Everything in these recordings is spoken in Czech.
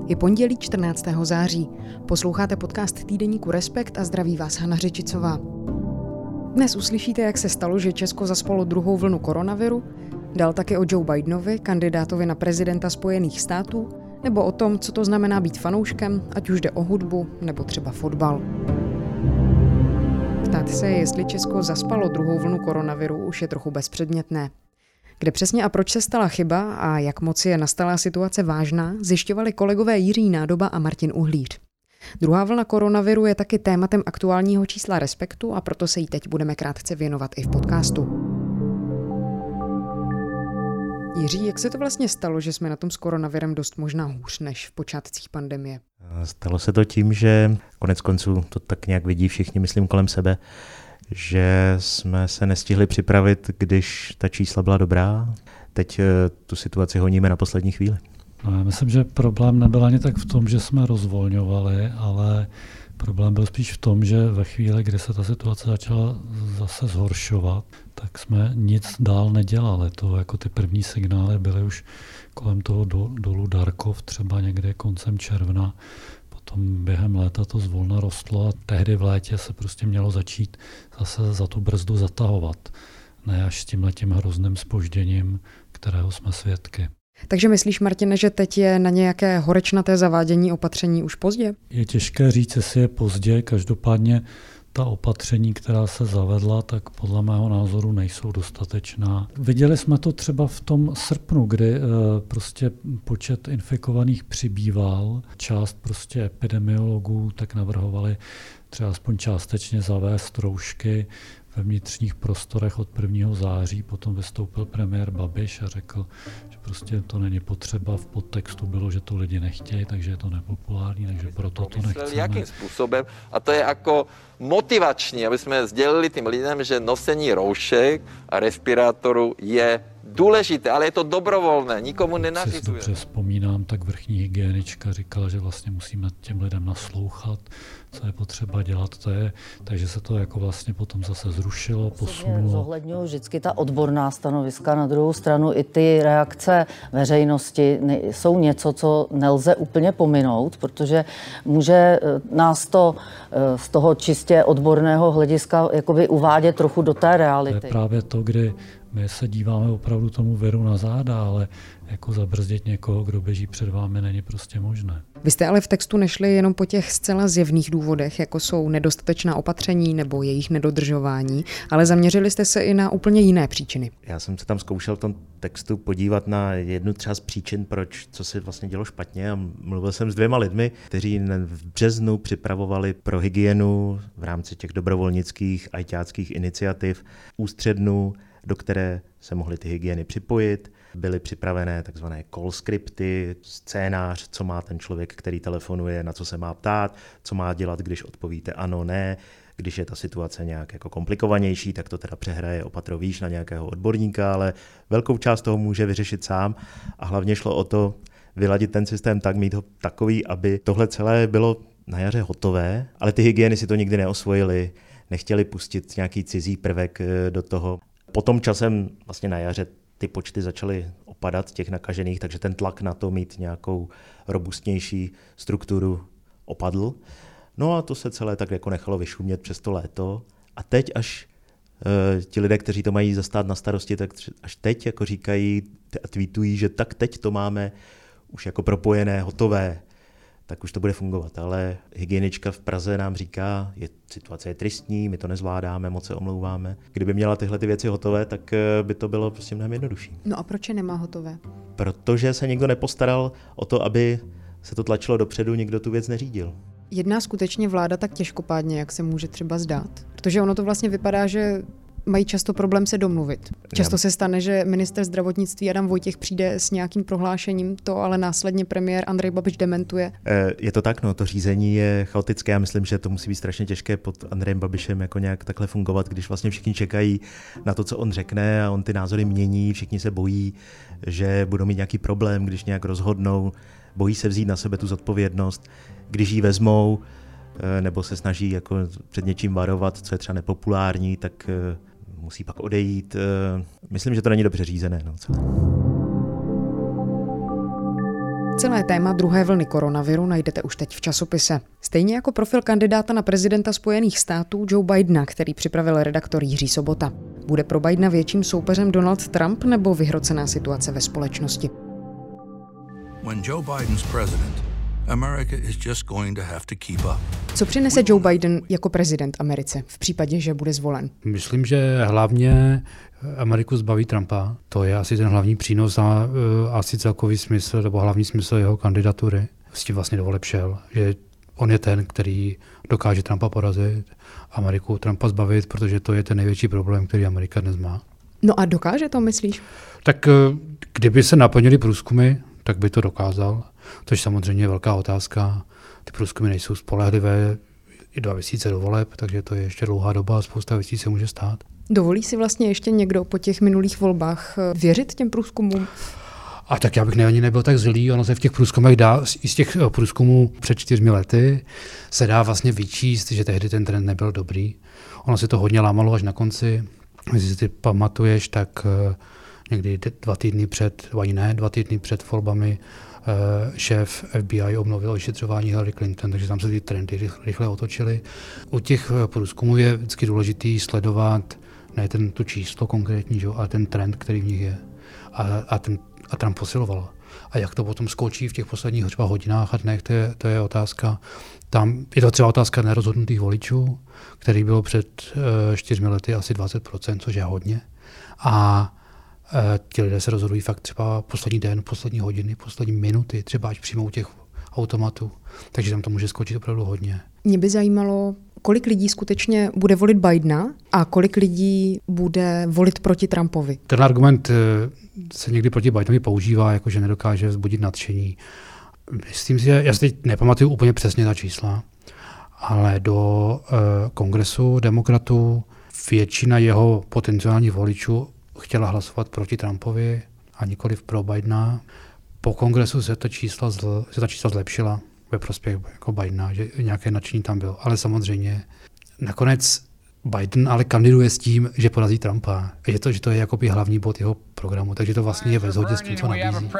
Je pondělí 14. září. Posloucháte podcast týdeníku Respekt a zdraví vás Hana Řečicová. Dnes uslyšíte, jak se stalo, že Česko zaspalo druhou vlnu koronaviru, dál také o Joe Bidenovi, kandidátovi na prezidenta Spojených států, nebo o tom, co to znamená být fanouškem, ať už jde o hudbu nebo třeba fotbal. Ptát se, jestli Česko zaspalo druhou vlnu koronaviru, už je trochu bezpředmětné. Kde přesně a proč se stala chyba a jak moc je nastalá situace vážná, zjišťovali kolegové Jiří Nádoba a Martin Uhlíř. Druhá vlna koronaviru je taky tématem aktuálního čísla Respektu a proto se jí teď budeme krátce věnovat i v podcastu. Jiří, jak se to vlastně stalo, že jsme na tom s koronavirem dost možná hůř než v počátcích pandemie? Stalo se to tím, že konec konců to tak nějak vidí všichni, myslím, kolem sebe, že jsme se nestihli připravit, když ta čísla byla dobrá. Teď tu situaci honíme na poslední chvíli. No, já myslím, že problém nebyl ani tak v tom, že jsme rozvolňovali, ale problém byl spíš v tom, že ve chvíli, kdy se ta situace začala zase zhoršovat, tak jsme nic dál nedělali. To jako ty první signály byly už kolem toho dolu Darkov, třeba někde koncem června. Potom během léta to zvolna rostlo a tehdy v létě se prostě mělo začít zase za tu brzdu zatahovat. Ne až s tímhletím hrozným zpožděním, kterého jsme svědky. Takže myslíš, Martine, že teď je na nějaké horečnaté zavádění opatření už pozdě? Je těžké říct, jestli je pozdě, každopádně ta opatření, která se zavedla, tak podle mého názoru nejsou dostatečná. Viděli jsme to třeba v tom srpnu, kdy prostě počet infikovaných přibýval. Část prostě epidemiologů tak navrhovali třeba aspoň částečně zavést roušky ve vnitřních prostorech od 1. září. Potom vystoupil premiér Babiš a řekl, že prostě to není potřeba. V podtextu bylo, že to lidi nechtějí, takže je to nepopulární, takže proto to nechceme. Jakým způsobem? A to je jako motivační, aby jsme sdělili tým lidem, že nosení roušek a respirátorů je důležité, ale je to dobrovolné, nikomu nenařizuje. Si to dobře vzpomínám, tak vrchní hygienička říkala, že vlastně musíme těm lidem naslouchat, co je potřeba dělat, takže se to jako vlastně potom zase zrušilo, posunulo. Zohledňuji vždycky ta odborná stanoviska, na druhou stranu i ty reakce veřejnosti jsou něco, co nelze úplně pominout, protože může nás to z toho čistě odborného hlediska jakoby uvádět trochu do té reality. To je právě to, kdy my se díváme opravdu tomu viru na záda, ale jako zabrzdit někoho, kdo běží před vámi, není prostě možné. Vy jste ale v textu nešli jenom po těch zcela zjevných důvodech, jako jsou nedostatečná opatření nebo jejich nedodržování, ale zaměřili jste se i na úplně jiné příčiny. Já jsem se tam zkoušel v tom textu podívat na jednu třeba z příčin, co se vlastně dělo špatně, a mluvil jsem s 2 lidmi, kteří v březnu připravovali pro hygienu v rámci těch dobrovolnických ajťáckých iniciativ ústřednu, do které se mohly ty hygieny připojit. Byly připravené takzvané call scripty, scénář, co má ten člověk, který telefonuje, na co se má ptát, co má dělat, když odpovíte ano, ne. Když je ta situace nějak jako komplikovanější, tak to teda přehraje opatro výš na nějakého odborníka, ale velkou část toho může vyřešit sám a hlavně šlo o to vyladit ten systém tak, mít ho takový, aby tohle celé bylo na jaře hotové, ale ty hygieny si to nikdy neosvojili, nechtěli pustit nějaký cizí prvek do toho. Potom časem vlastně na jaře ty počty začaly opadat těch nakažených, takže ten tlak na to mít nějakou robustnější strukturu opadl. No a to se celé tak jako nechalo vyšumět přes to léto. A teď až ti lidé, kteří to mají zastát na starosti, tak až teď jako říkají a tweetují, že tak teď to máme už jako propojené, hotové, tak už to bude fungovat. Ale hygienička v Praze nám říká, situace je tristní, my to nezvládáme, moc se omlouváme. Kdyby měla tyhle ty věci hotové, tak by to bylo prostě mnohem jednodušší. No a proč je nemá hotové? Protože se nikdo nepostaral o to, aby se to tlačilo dopředu, nikdo tu věc neřídil. Jedná skutečně vláda tak těžkopádně, jak se může třeba zdát? Protože ono to vlastně vypadá, že mají často problém se domluvit. Často se stane, že ministr zdravotnictví Adam Vojtěch přijde s nějakým prohlášením, to ale následně premiér Andrej Babiš dementuje. Je to tak, no, to řízení je chaotické. Já myslím, že to musí být strašně těžké pod Andrejem Babišem jako nějak takhle fungovat, když vlastně všichni čekají na to, co on řekne a on ty názory mění, všichni se bojí, že budou mít nějaký problém, když nějak rozhodnou, bojí se vzít na sebe tu zodpovědnost, když ji vezmou, nebo se snaží jako před něčím varovat, co je třeba nepopulární, tak musí pak odejít. Myslím, že to není dobře řízené. No, celé. Celé téma druhé vlny koronaviru najdete už teď v časopise. Stejně jako profil kandidáta na prezidenta Spojených států Joe Bidena, který připravil redaktor Jiří Sobota. Bude pro Bidena větším soupeřem Donald Trump nebo vyhrocená situace ve společnosti? When Joe Biden's president, America is just going to have to keep up. Co přinese Joe Biden jako prezident Americe v případě, že bude zvolen? Myslím, že hlavně Ameriku zbaví Trumpa. To je asi ten hlavní přínos a asi celkový smysl, nebo hlavní smysl jeho kandidatury. S tím vlastně dovolepšel, že on je ten, který dokáže Trumpa porazit, Ameriku Trumpa zbavit, protože to je ten největší problém, který Amerika dnes má. No a dokáže to, myslíš? Tak kdyby se naplnily průzkumy, tak by to dokázal. Což samozřejmě je velká otázka. Ty průzkumy nejsou spolehlivé, i 2 měsíce do voleb, takže to je ještě dlouhá doba a spousta věcí se může stát. Dovolí si vlastně ještě někdo po těch minulých volbách věřit těm průzkumům? A tak já bych ani nebyl tak zlý, ono se v těch průzkumech dá, i z těch průzkumů před 4 lety se dá vlastně vyčíst, že tehdy ten trend nebyl dobrý. Ono se to hodně lámalo až na konci. Jestli si ty pamatuješ, tak někdy 2 týdny před volbami šéf FBI obnovil vyšetřování Hillary Clinton, takže tam se ty trendy rychle otočily. U těch průzkumů je vždycky důležitý sledovat ne tu číslo konkrétní, ale ten trend, který v nich je. A Trump posiloval. A jak to potom skočí v těch posledních třeba hodinách a dnech, to je otázka. Tam je to třeba otázka nerozhodnutých voličů, který bylo před 4 lety asi 20%, což je hodně. A ti lidé se rozhodují fakt třeba poslední den, poslední hodiny, poslední minuty, třeba až přijmou těch automatů. Takže tam to může skočit opravdu hodně. Mě by zajímalo, kolik lidí skutečně bude volit Bidena a kolik lidí bude volit proti Trumpovi. Ten argument se někdy proti Bidenovi používá, jakože nedokáže vzbudit nadšení. Myslím si, že já si teď nepamatuju úplně přesně ta čísla, ale do kongresu demokratů většina jeho potenciálních voličů chtěla hlasovat proti Trumpovi a nikoliv pro Bidena. Po kongresu se ta čísla zlepšila ve prospěch jako Bidena, že nějaké nadšení tam bylo. Ale samozřejmě nakonec Biden ale kandiduje s tím, že porazí Trumpa. Že to je jakoby hlavní bod jeho programu, takže to vlastně je ve shodě s tím, co nabízí.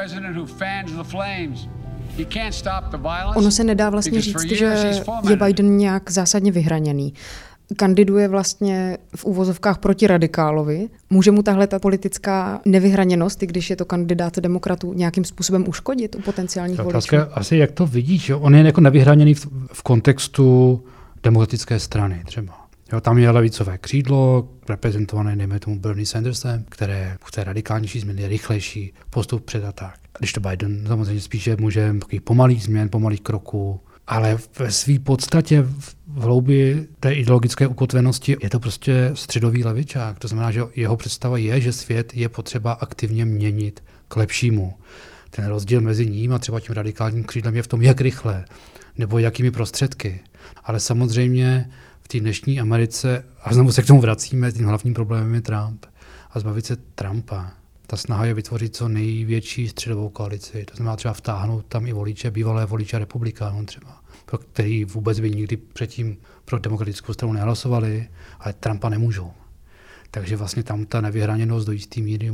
Ono se nedá vlastně říct, že je Biden nějak zásadně vyhraněný. Kandiduje vlastně v úvozovkách proti radikálovi. Může mu tahle ta politická nevyhraněnost, i když je to kandidát demokratů, nějakým způsobem uškodit u potenciálních voličů? Asi jak to vidíš, že on je jako nevyhraněný v kontextu demokratické strany třeba. Jo, tam je levicové křídlo, reprezentované, dejme tomu, Bernie Sandersem, které chce radikálnější změny, rychlejší postup před a tak. Když to Biden samozřejmě spíše může takových pomalých změn, pomalých kroků, ale ve své podstatě v hloubi té ideologické ukotvenosti je to prostě středový levičák. To znamená, že jeho představa je, že svět je potřeba aktivně měnit k lepšímu. Ten rozdíl mezi ním a třeba tím radikálním křídlem je v tom, jak rychle nebo jakými prostředky. Ale samozřejmě v té dnešní Americe, a znovu se k tomu vracíme, tím hlavním problémem je Trump. A zbavit se Trumpa. Ta snaha je vytvořit co největší středovou koalici. To znamená třeba vtáhnout tam i bývalé voliče republikánů třeba, pro který vůbec by nikdy předtím pro demokratickou stranu nehlasovali, ale Trumpa nemůžou. Takže vlastně tam ta nevyhraněnost do jisté míry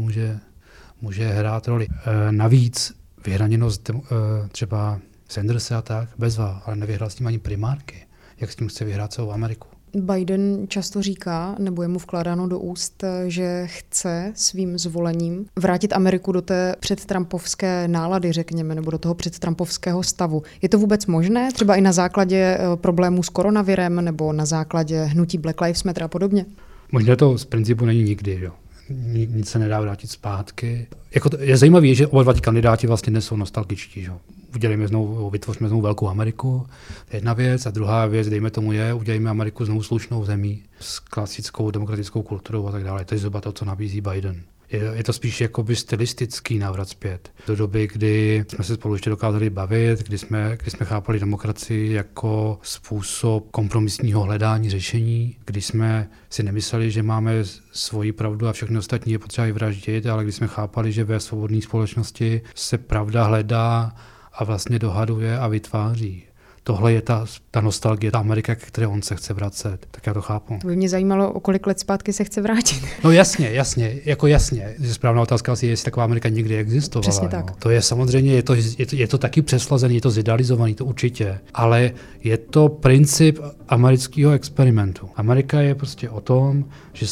může hrát roli. Navíc vyhraněnost třeba Sandersa a tak bezva, ale nevyhrál s tím ani primárky. Jak s tím chce vyhrát celou Ameriku? Biden často říká, nebo je mu vkládáno do úst, že chce svým zvolením vrátit Ameriku do té předtrumpovské nálady, řekněme, nebo do toho předtrumpovského stavu. Je to vůbec možné? Třeba i na základě problémů s koronavirem nebo na základě hnutí Black Lives Matter a podobně? Možná to z principu není nikdy, jo. Nic se nedá vrátit zpátky. Je zajímavé, že oba dva kandidáti vlastně dnes jsou nostalgičtí. Že? Vytvoříme znovu velkou Ameriku, to je jedna věc. A druhá věc, dejme tomu udělejme Ameriku znovu slušnou zemí s klasickou demokratickou kulturou a tak dále. To je zhruba to, co nabízí Biden. Je to spíš jakoby stylistický návrat zpět. Do doby, kdy jsme se spolu ještě dokázali bavit, kdy jsme chápali demokracii jako způsob kompromisního hledání řešení, kdy jsme si nemysleli, že máme svoji pravdu a všechny ostatní je potřeba vyvraždit, ale kdy jsme chápali, že ve svobodné společnosti se pravda hledá a vlastně dohaduje a vytváří. tohle je ta nostalgie, ta Amerika, ke které on se chce vracet. Tak já to chápu. To by mě zajímalo, o kolik let zpátky se chce vrátit. No jasně. Správná otázka asi je, jestli taková Amerika nikdy existovala. Přesně tak. To je samozřejmě, je to taky přeslazený, je to zidealizovaný, to určitě. Ale je to princip amerického experimentu. Amerika je prostě o tom,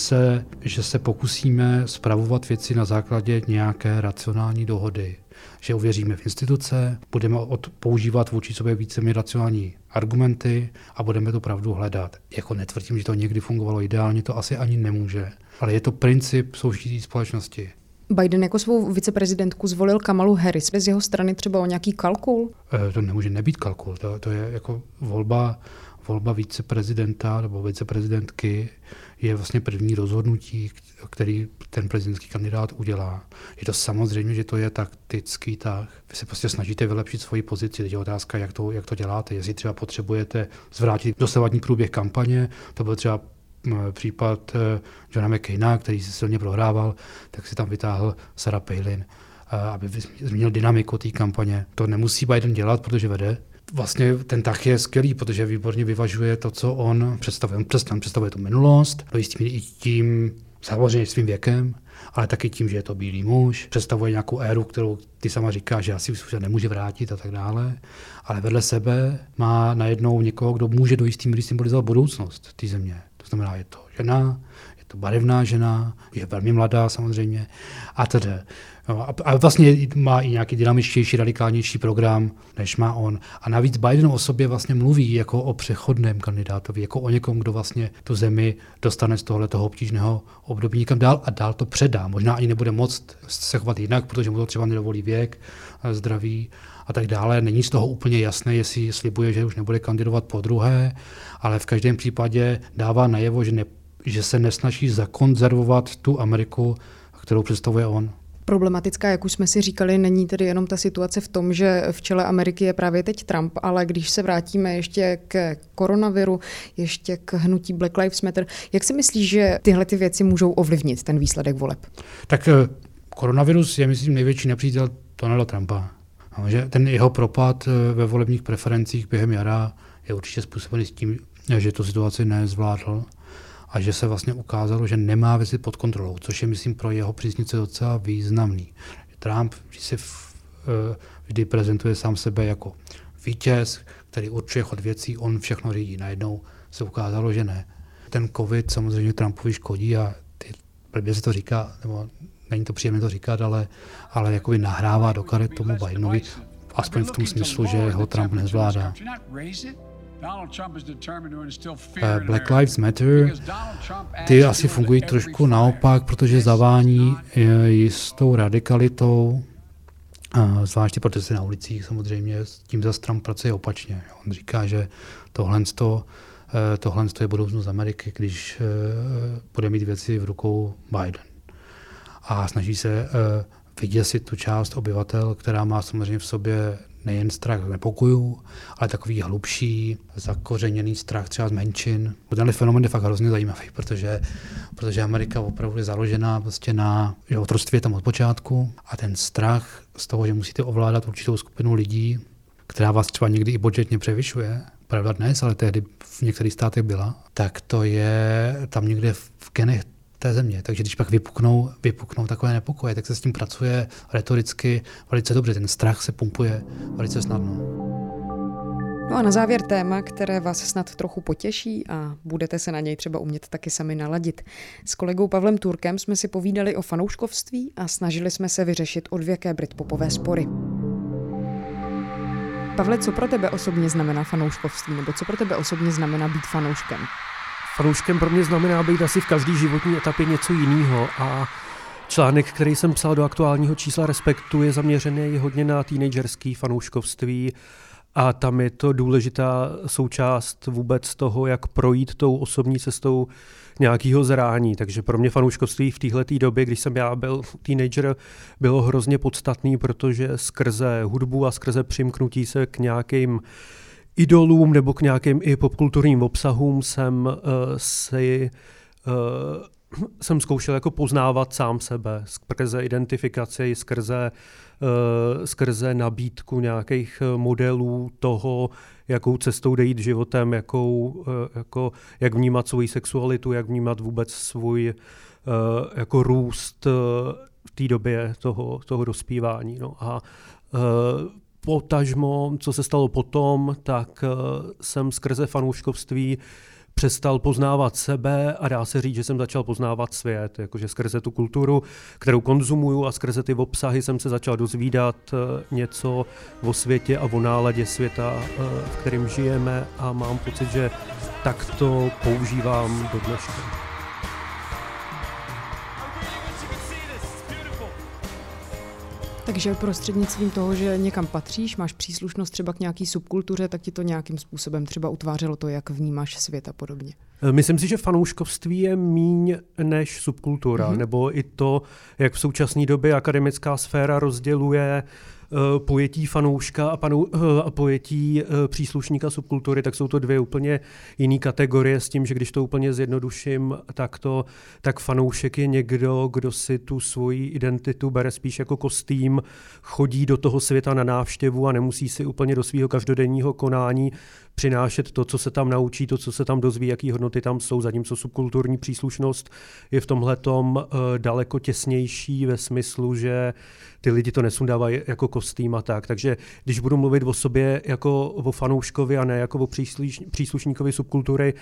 že se pokusíme spravovat věci na základě nějaké racionální dohody. Že uvěříme v instituce, budeme používat vůči sobě více racionální argumenty a budeme tu pravdu hledat. Jako netvrdím, že to někdy fungovalo ideálně, to asi ani nemůže. Ale je to princip soužití společnosti. Biden jako svou viceprezidentku zvolil Kamalu Harris. Z jeho strany třeba o nějaký kalkul? To nemůže nebýt kalkul. To je jako volba viceprezidenta nebo viceprezidentky je vlastně první rozhodnutí, který ten prezidentský kandidát udělá. Je to samozřejmě, že to je taktický tah. Vy se prostě snažíte vylepšit svoji pozici. Teď je otázka, jak to děláte. Jestli třeba potřebujete zvrátit dosavadní průběh kampaně, to byl třeba případ Johna McCaina, který si silně prohrával, tak si tam vytáhl Sarah Palin, aby změnil dynamiku té kampaně. To nemusí Biden dělat, protože vede. Vlastně ten tah je skvělý, protože výborně vyvažuje to, co on představuje. On představuje tu minulost, do jistý míry i tím, samozřejmě svým věkem, ale taky tím, že je to bílý muž. Představuje nějakou éru, kterou ty sama říkáš, že asi už se nemůže vrátit a tak dále. Ale vedle sebe má najednou někoho, kdo může do jistý míry symbolizovat budoucnost té země. To znamená, je to žena, je to barevná žena, je velmi mladá samozřejmě a tedy. A vlastně má i nějaký dynamičtější, radikálnější program, než má on. A navíc Biden o sobě vlastně mluví jako o přechodném kandidátovi, jako o někom, kdo vlastně tu zemi dostane z tohoto obtížného období někam dál a dál to předá. Možná ani nebude moct se chovat jinak, protože mu to třeba nedovolí věk, zdraví a tak dále. Není z toho úplně jasné, jestli slibuje, že už nebude kandidovat podruhé, ale v každém případě dává najevo, že se nesnaží zakonzervovat tu Ameriku, kterou představuje on. Problematická, jak už jsme si říkali, není tedy jenom ta situace v tom, že v čele Ameriky je právě teď Trump, ale když se vrátíme ještě k koronaviru, ještě k hnutí Black Lives Matter, jak si myslíš, že tyhle ty věci můžou ovlivnit ten výsledek voleb? Tak koronavirus je, myslím, největší nepřítel Donalda Trumpa. Že ten jeho propad ve volebních preferencích během jara je určitě způsobený s tím, že tu situaci nezvládl a že se vlastně ukázalo, že nemá věci pod kontrolou, což je, myslím, pro jeho příznivce docela významný. Trump vždy prezentuje sám sebe jako vítěz, který určuje chod věcí, on všechno řídí. Najednou se ukázalo, že ne. Ten covid samozřejmě Trumpovi škodí a blbě se to říká, nebo není to příjemné to říkat, ale jakoby nahrává do karet tomu Bidenovi, aspoň v tom smyslu, že ho Trump nezvládá. Black Lives Matter, ty asi fungují trošku naopak, protože zavání jistou radikalitou, zvláště protesty na ulicích samozřejmě, s tím zase Trump pracuje opačně. On říká, že tohle je budoucnost Ameriky, když bude mít věci v rukou Biden. A snaží se vyděsit tu část obyvatel, která má samozřejmě v sobě nejen strach z nepokojů, ale takový hlubší, zakořeněný strach třeba z menšin. Tenhle fenomén je fakt hrozně zajímavý, protože Amerika opravdu je založená prostě na otroctví tam od počátku a ten strach z toho, že musíte ovládat určitou skupinu lidí, která vás třeba někdy i budžetně převyšuje, pravda dnes, ale tehdy v některých státech byla, tak to je tam někde v genech té země. Takže když pak vypuknou takové nepokoje, tak se s tím pracuje retoricky velice dobře. Ten strach se pumpuje velice snadno. No a na závěr téma, které vás snad trochu potěší a budete se na něj třeba umět taky sami naladit. S kolegou Pavlem Turkem jsme si povídali o fanouškovství a snažili jsme se vyřešit odvěké britpopové spory. Pavle, co pro tebe osobně znamená fanouškovství, nebo co pro tebe osobně znamená být fanouškem? Fanouškem pro mě znamená být asi v každé životní etapě něco jiného a článek, který jsem psal do aktuálního čísla Respektu, je zaměřený hodně na teenagerský fanouškovství a tam je to důležitá součást vůbec toho, jak projít tou osobní cestou nějakého zrání. Takže pro mě fanouškovství v téhleté době, když jsem já byl teenager, bylo hrozně podstatný, protože skrze hudbu a skrze přimknutí se k nějakým idolům nebo k nějakým i popkulturním obsahům jsem si jsem zkoušel jako poznávat sám sebe skrze identifikaci, skrze nabídku nějakých modelů toho, jakou cestou jít životem, jak vnímat svoji sexualitu, jak vnímat vůbec svůj jako růst v té době toho dospívání. No. A potažmo, co se stalo potom, tak jsem skrze fanouškovství přestal poznávat sebe a dá se říct, že jsem začal poznávat svět, jakože skrze tu kulturu, kterou konzumuju a skrze ty obsahy jsem se začal dozvídat něco o světě a o náladě světa, v kterém žijeme a mám pocit, že tak to používám do dneška. Takže prostřednictvím toho, že někam patříš, máš příslušnost třeba k nějaký subkultuře, tak ti to nějakým způsobem třeba utvářelo to, jak vnímáš svět a podobně. Myslím si, že fanouškovství je míň než subkultura, nebo i to, jak v současné době akademická sféra rozděluje pojetí fanouška a pojetí příslušníka subkultury, tak jsou to dvě úplně jiné kategorie s tím, že když to úplně zjednoduším, tak fanoušek je někdo, kdo si tu svoji identitu bere spíš jako kostým, chodí do toho světa na návštěvu a nemusí si úplně do svého každodenního konání přinášet to, co se tam naučí, to, co se tam dozví, jaký hodnoty tam jsou, zatímco subkulturní příslušnost je v tomhletom daleko těsnější ve smyslu, že ty lidi to nesundávají jako kostým a tak. Takže když budu mluvit o sobě jako o fanouškovi a ne jako o příslušníkovi subkultury,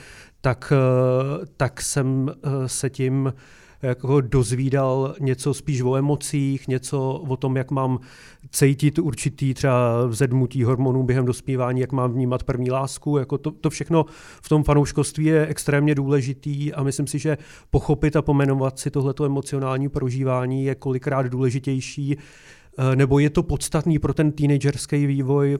tak jsem se tím jako dozvídal něco spíš o emocích, něco o tom, jak mám cítit určitý třeba vzedmutí hormonů během dospívání, jak mám vnímat první lásku. Jako to všechno v tom fanouškovství je extrémně důležitý a myslím si, že pochopit a pomenovat si tohleto emocionální prožívání je kolikrát důležitější, nebo je to podstatný pro ten teenagerský vývoj,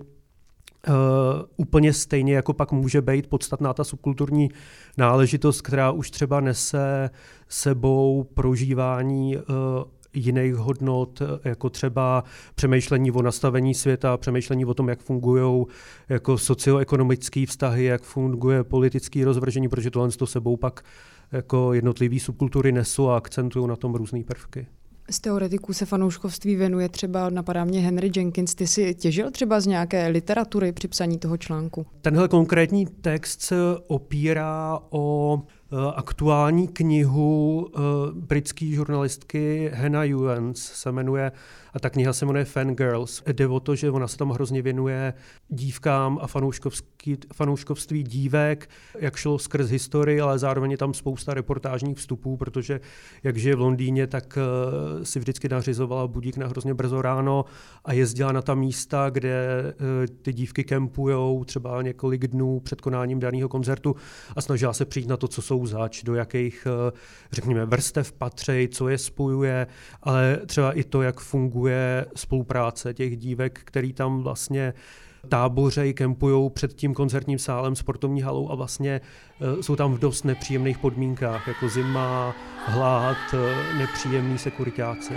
úplně stejně, jako pak může být podstatná ta subkulturní náležitost, která už třeba nese sebou prožívání jiných hodnot, jako třeba přemýšlení o nastavení světa, přemýšlení o tom, jak fungují jako socioekonomické vztahy, jak funguje politické rozvržení, protože tohle to sebou pak jako jednotlivý subkultury nesou a akcentují na tom různé prvky. Z teoretiků se fanouškovství věnuje třeba, napadá mě Henry Jenkins. Ty si těžil třeba z nějaké literatury při psaní toho článku? Tenhle konkrétní text se opírá o aktuální knihu britské žurnalistky Hannah Ewens se jmenuje, a ta kniha se jmenuje Fangirls. Jde o to, že ona se tam hrozně věnuje dívkám a fanouškovství dívek, jak šlo skrz historii, ale zároveň je tam spousta reportážních vstupů, protože jak žije v Londýně, tak si vždycky nařizovala budík na hrozně brzo ráno a jezdila na ta místa, kde ty dívky kempujou třeba několik dnů před konáním daného koncertu a snažila se přijít na to, co jsou zač, do jakých, řekněme, vrstev patří, co je spojuje, ale třeba i to, jak funguje spolupráce těch dívek, který tam vlastně tábořej, kempujou před tím koncertním sálem, sportovní halou a vlastně jsou tam v dost nepříjemných podmínkách, jako zima, hlad, nepříjemný sekuritáci.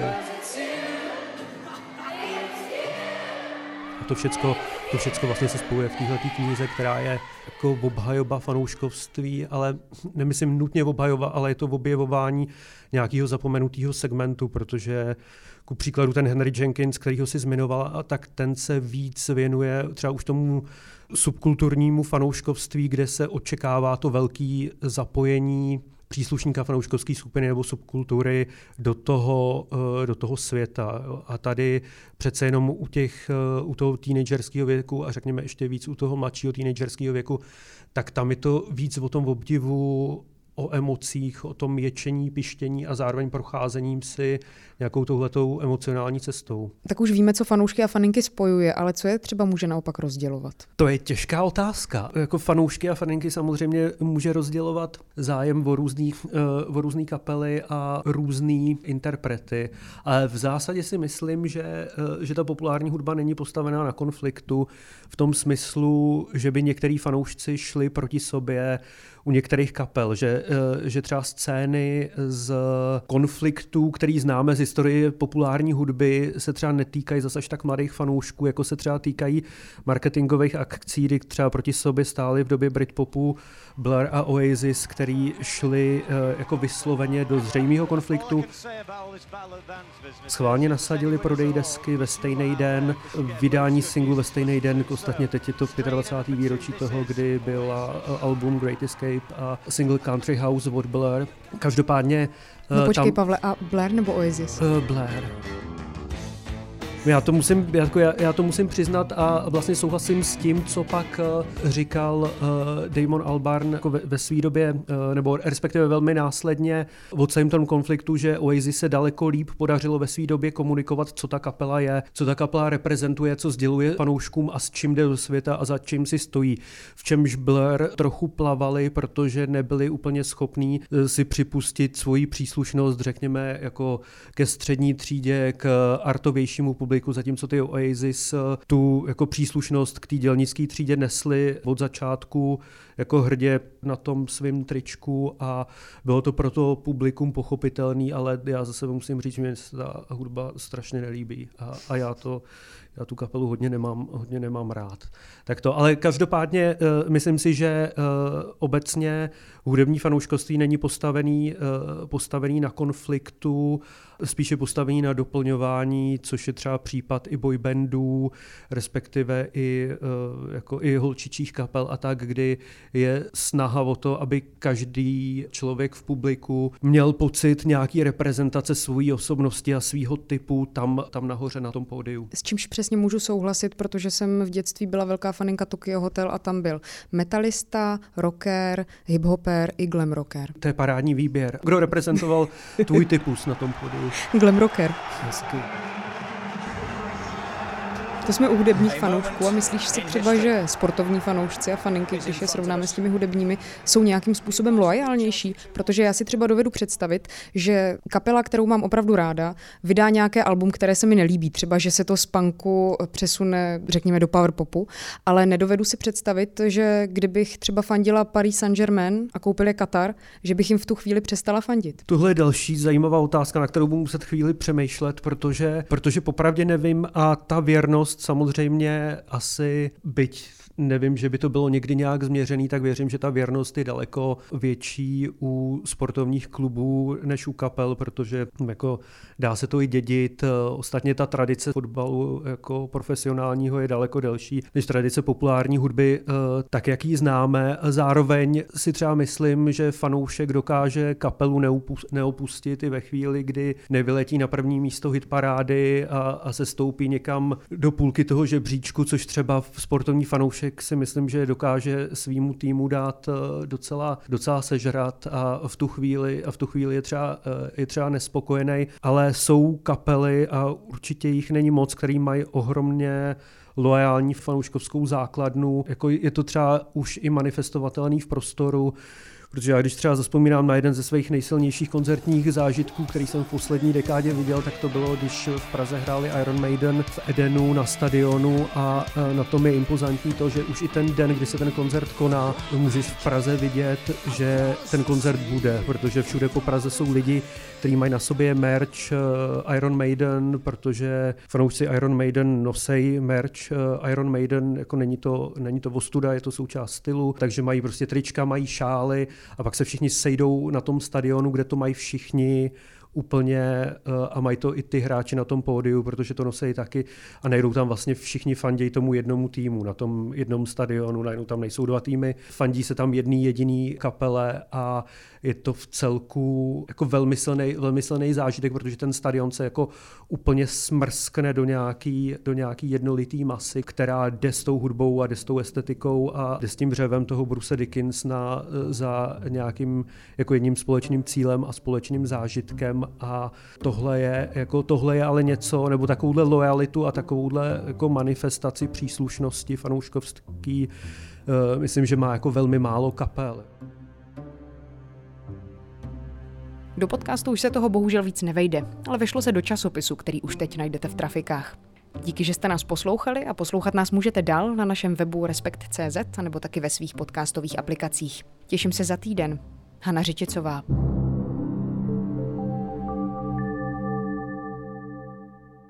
A to všecko vlastně se spojuje v této knize, která je jako obhajoba fanouškovství, ale nemyslím nutně obhajoba, ale je to objevování nějakého zapomenutého segmentu, protože ku příkladu ten Henry Jenkins, kterýho si zmiňovala, tak ten se víc věnuje třeba už tomu subkulturnímu fanouškovství, kde se očekává to velké zapojení příslušníka fanouškovské skupiny nebo subkultury do toho světa. A tady přece jenom u toho teenagerského věku a řekněme ještě víc u toho mladšího teenagerského věku, tak tam je to víc o tom obdivu, o emocích, o tom ječení, pištění a zároveň procházením si nějakou touhletou emocionální cestou. Tak už víme, co fanoušky a faninky spojuje, ale co je třeba může naopak rozdělovat? To je těžká otázka. Jako fanoušky a faninky samozřejmě může rozdělovat zájem o různý kapely a různý interprety. Ale v zásadě si myslím, že ta populární hudba není postavená na konfliktu v tom smyslu, že by některý fanoušci šli proti sobě u některých kapel, že že třeba scény z konfliktů, který známe z historie populární hudby, se třeba netýkají zase až tak mladých fanoušků, jako se třeba týkají marketingových akcí, kdy třeba proti sobě stáli v době Britpopu Blur a Oasis, který šli jako vysloveně do zřejmého konfliktu. Schválně nasadili prodej desky ve stejný den, vydání singlu ve stejný den, ostatně teď je to 25. výročí toho, kdy byla album Great Escape a single Country House od Blur. Každopádně... No počkej, Pavle, a Blur nebo Oasis? Blur. Já to musím přiznat a vlastně souhlasím s tím, co pak říkal Damon Albarn jako ve své době, nebo respektive velmi následně od celém tom konfliktu, že Oasis se daleko líp podařilo ve své době komunikovat, co ta kapela je, co ta kapela reprezentuje, co sděluje fanouškům a s čím jde do světa a za čím si stojí. V čemž Blur trochu plavali, protože nebyli úplně schopní si připustit svoji příslušnost, řekněme, jako ke střední třídě, k artovějšímu publiku, zatímco ty Oasis tu jako příslušnost k té dělnické třídě nesli od začátku jako hrdě na tom svým tričku a bylo to pro to publikum pochopitelný, ale já zase musím říct, že mě ta hudba strašně nelíbí a já tu kapelu hodně nemám rád. Tak to, ale každopádně myslím si, že obecně hudební fanouškovství není postavený na konfliktu, spíše postavený na doplňování, což je třeba případ i boybandů, respektive i holčičích kapel a tak, kdy je snaha o to, aby každý člověk v publiku měl pocit nějaký reprezentace svojí osobnosti a svýho typu tam nahoře na tom pódiu. S čímž přesně můžu souhlasit, protože jsem v dětství byla velká faninka Tokyo Hotel a tam byl metalista, rocker, hip-hopper i glam rocker. To je parádní výběr. Kdo reprezentoval tvůj typus na tom pódiu? Glam rocker. Hezky. To jsme u hudebních fanoušků a myslíš si třeba, že sportovní fanoušci a faninky, když je srovnáme s těmi hudebními, jsou nějakým způsobem loajálnější? Protože já si třeba dovedu představit, že kapela, kterou mám opravdu ráda, vydá nějaké album, které se mi nelíbí, třeba že se to z punku přesune, řekněme, do power popu, ale nedovedu si představit, že kdybych třeba fandila Paris Saint-Germain a koupil je Katar, že bych jim v tu chvíli přestala fandit. Tohle je další zajímavá otázka, na kterou budu muset chvíli přemýšlet, protože popravdě nevím a ta věrnost samozřejmě asi, byť nevím, že by to bylo někdy nějak změřený, tak věřím, že ta věrnost je daleko větší u sportovních klubů než u kapel, protože jako dá se to i dědit. Ostatně ta tradice fotbalu jako profesionálního je daleko delší než tradice populární hudby, tak jak ji známe. Zároveň si třeba myslím, že fanoušek dokáže kapelu neopustit i ve chvíli, kdy nevyletí na první místo hitparády a se stoupí někam do půlky toho žebříčku, což třeba sportovní fanoušek si myslím, že dokáže svýmu týmu dát docela sežrat a v tu chvíli je třeba nespokojený, ale jsou kapely a určitě jich není moc, který mají ohromně loajální fanouškovskou základnu, jako je to třeba už i manifestovatelný v prostoru. Protože já když třeba zavzpomínám na jeden ze svých nejsilnějších koncertních zážitků, který jsem v poslední dekádě viděl, tak to bylo, když v Praze hráli Iron Maiden v Edenu na stadionu a na tom je impozantní to, že už i ten den, kdy se ten koncert koná, můžeš v Praze vidět, že ten koncert bude, protože všude po Praze jsou lidi, kteří mají na sobě merch Iron Maiden, protože fanoušci Iron Maiden nosejí merch Iron Maiden, jako není to ostuda, je to součást stylu, takže mají prostě trička, mají šály, a pak se všichni sejdou na tom stadionu, kde to mají všichni úplně a mají to i ty hráči na tom pódiu, protože to nosejí taky a nejdou tam vlastně všichni fandějí tomu jednomu týmu na tom jednom stadionu, najednou tam nejsou dva týmy, fandí se tam jedný jediný kapele a je to v celku jako velmi silný zážitek, protože ten stadion se jako úplně smrskne do nějaký jednolitý masy, která jde s tou hudbou a jde s tou estetikou a jde s tím řevem toho Bruce Dickinsona za nějakým jako jedním společným cílem a společným zážitkem. A tohle je ale něco, nebo takovouhle lojalitu a takovouhle jako manifestaci příslušnosti fanouškovský, myslím, že má jako velmi málo kapel. Do podcastu už se toho bohužel víc nevejde, ale vešlo se do časopisu, který už teď najdete v trafikách. Díky, že jste nás poslouchali a poslouchat nás můžete dál na našem webu respekt.cz nebo taky ve svých podcastových aplikacích. Těším se za týden. Hana Řičicová.